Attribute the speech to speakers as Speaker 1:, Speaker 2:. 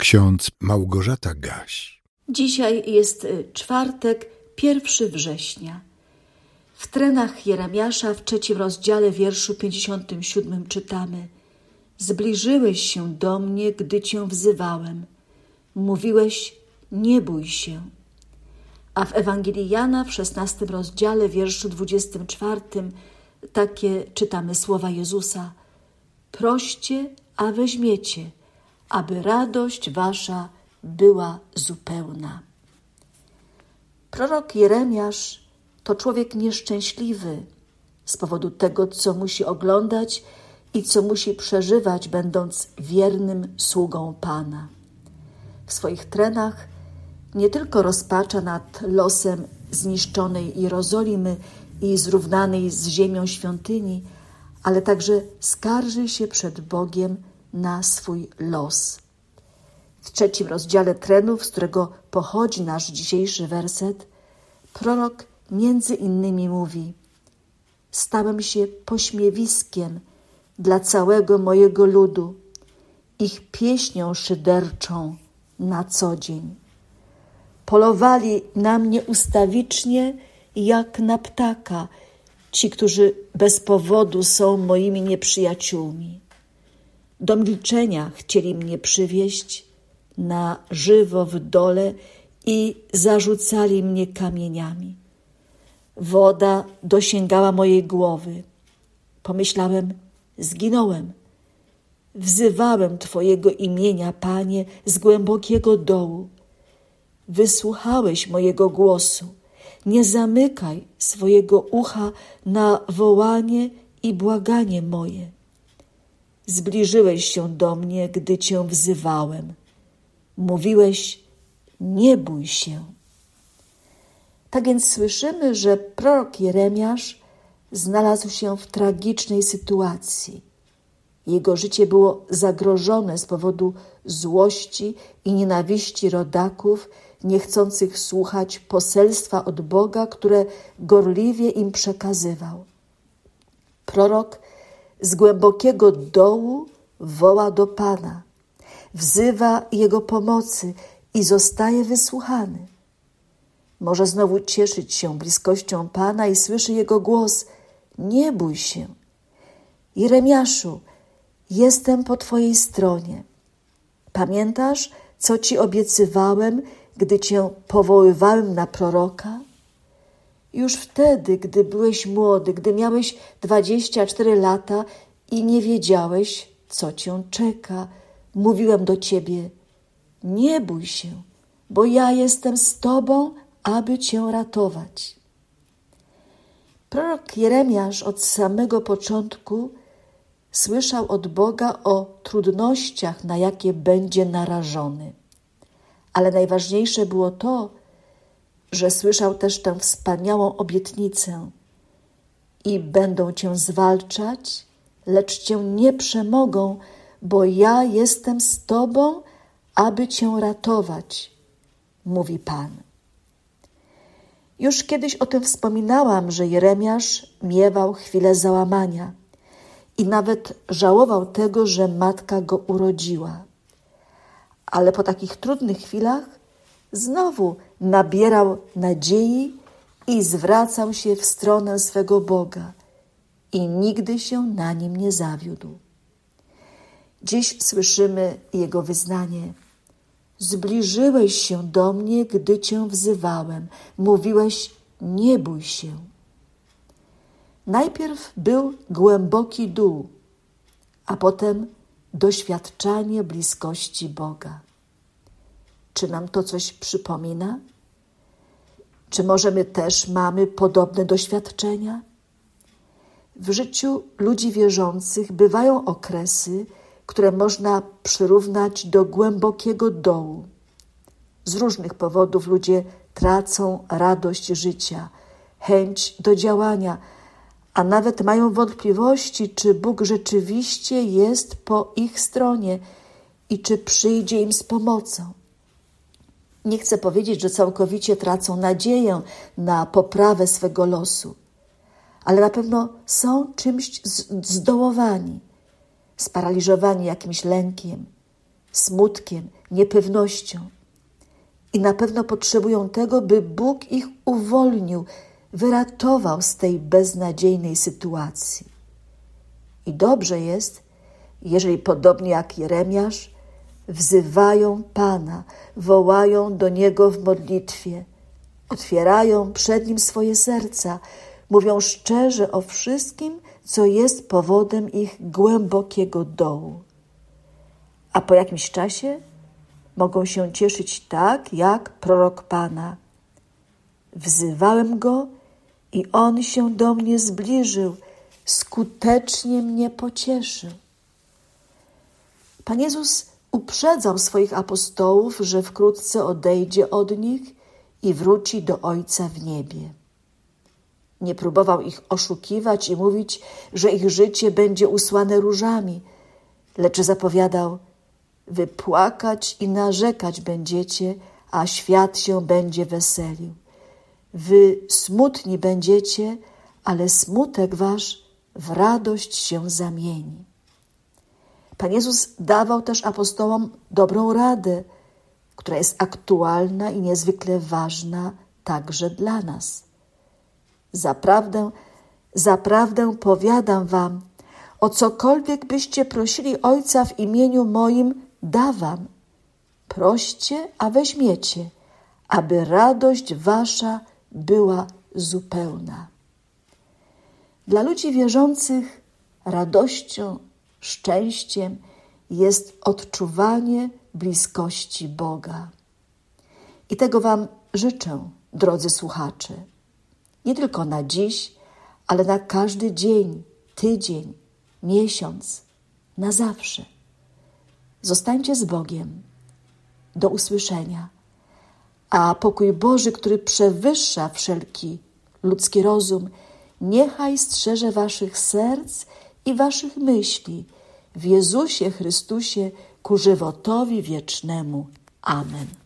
Speaker 1: ksiądz Małgorzata Gaś.
Speaker 2: Dzisiaj jest czwartek, 1 września. W Trenach Jeremiasza w 3 rozdziale, wierszu 57 czytamy: Zbliżyłeś się do mnie, gdy Cię wzywałem. Mówiłeś, nie bój się. A w Ewangelii Jana w 16 rozdziale, wierszu 24 takie czytamy słowa Jezusa: Proście, a weźmiecie, aby radość wasza była zupełna. Prorok Jeremiasz to człowiek nieszczęśliwy z powodu tego, co musi oglądać i co musi przeżywać, będąc wiernym sługą Pana. W swoich trenach nie tylko rozpacza nad losem zniszczonej Jerozolimy i zrównanej z ziemią świątyni, ale także skarży się przed Bogiem na swój los. W 3 rozdziale Trenów, z którego pochodzi nasz dzisiejszy werset, prorok między innymi mówi: Stałem się pośmiewiskiem dla całego mojego ludu, ich pieśnią szyderczą na co dzień. Polowali na mnie ustawicznie jak na ptaka, ci, którzy bez powodu są moimi nieprzyjaciółmi. Do milczenia chcieli mnie przywieść na żywo w dole i zarzucali mnie kamieniami. Woda dosięgała mojej głowy. Pomyślałem, zginąłem. Wzywałem Twojego imienia, Panie, z głębokiego dołu. Wysłuchałeś mojego głosu. Nie zamykaj swojego ucha na wołanie i błaganie moje. Zbliżyłeś się do mnie, gdy Cię wzywałem. Mówiłeś, nie bój się. Tak więc słyszymy, że prorok Jeremiasz znalazł się w tragicznej sytuacji. Jego życie było zagrożone z powodu złości i nienawiści rodaków, niechcących słuchać poselstwa od Boga, które gorliwie im przekazywał. Prorok z głębokiego dołu woła do Pana, wzywa Jego pomocy i zostaje wysłuchany. Może znowu cieszyć się bliskością Pana i słyszy Jego głos: nie bój się. Jeremiaszu, jestem po Twojej stronie. Pamiętasz, co Ci obiecywałem, gdy Cię powoływałem na proroka? Już wtedy, gdy byłeś młody, gdy miałeś 24 lata i nie wiedziałeś, co Cię czeka, mówiłem do Ciebie: nie bój się, bo ja jestem z Tobą, aby Cię ratować. Prorok Jeremiasz od samego początku słyszał od Boga o trudnościach, na jakie będzie narażony. Ale najważniejsze było to, że słyszał też tę wspaniałą obietnicę: i będą Cię zwalczać, lecz Cię nie przemogą, bo ja jestem z Tobą, aby Cię ratować, mówi Pan. Już kiedyś o tym wspominałam, że Jeremiasz miewał chwilę załamania i nawet żałował tego, że matka go urodziła. Ale po takich trudnych chwilach znowu nabierał nadziei i zwracał się w stronę swego Boga i nigdy się na nim nie zawiódł. Dziś słyszymy jego wyznanie: zbliżyłeś się do mnie, gdy Cię wzywałem. Mówiłeś, nie bój się. Najpierw był głęboki dół, a potem doświadczanie bliskości Boga. Czy nam to coś przypomina? Czy może my też mamy podobne doświadczenia? W życiu ludzi wierzących bywają okresy, które można przyrównać do głębokiego dołu. Z różnych powodów ludzie tracą radość życia, chęć do działania, a nawet mają wątpliwości, czy Bóg rzeczywiście jest po ich stronie i czy przyjdzie im z pomocą. Nie chcę powiedzieć, że całkowicie tracą nadzieję na poprawę swego losu, ale na pewno są czymś zdołowani, sparaliżowani jakimś lękiem, smutkiem, niepewnością. I na pewno potrzebują tego, by Bóg ich uwolnił, wyratował z tej beznadziejnej sytuacji. I dobrze jest, jeżeli podobnie jak Jeremiasz, wzywają Pana, wołają do Niego w modlitwie, otwierają przed Nim swoje serca, mówią szczerze o wszystkim, co jest powodem ich głębokiego dołu. A po jakimś czasie mogą się cieszyć tak, jak prorok Pana. Wzywałem Go i On się do mnie zbliżył, skutecznie mnie pocieszył. Pan Jezus uprzedzał swoich apostołów, że wkrótce odejdzie od nich i wróci do Ojca w niebie. Nie próbował ich oszukiwać i mówić, że ich życie będzie usłane różami, lecz zapowiadał: wy płakać i narzekać będziecie, a świat się będzie weselił. Wy smutni będziecie, ale smutek wasz w radość się zamieni. Pan Jezus dawał też apostołom dobrą radę, która jest aktualna i niezwykle ważna także dla nas. Zaprawdę powiadam wam, o cokolwiek byście prosili Ojca w imieniu moim, da wam. Proście, a weźmiecie, aby radość wasza była zupełna. Dla ludzi wierzących radością, szczęściem jest odczuwanie bliskości Boga. I tego wam życzę, drodzy słuchacze. Nie tylko na dziś, ale na każdy dzień, tydzień, miesiąc, na zawsze. Zostańcie z Bogiem. Do usłyszenia. A pokój Boży, który przewyższa wszelki ludzki rozum, niechaj strzeże waszych serc i waszych myśli w Jezusie Chrystusie ku żywotowi wiecznemu. Amen.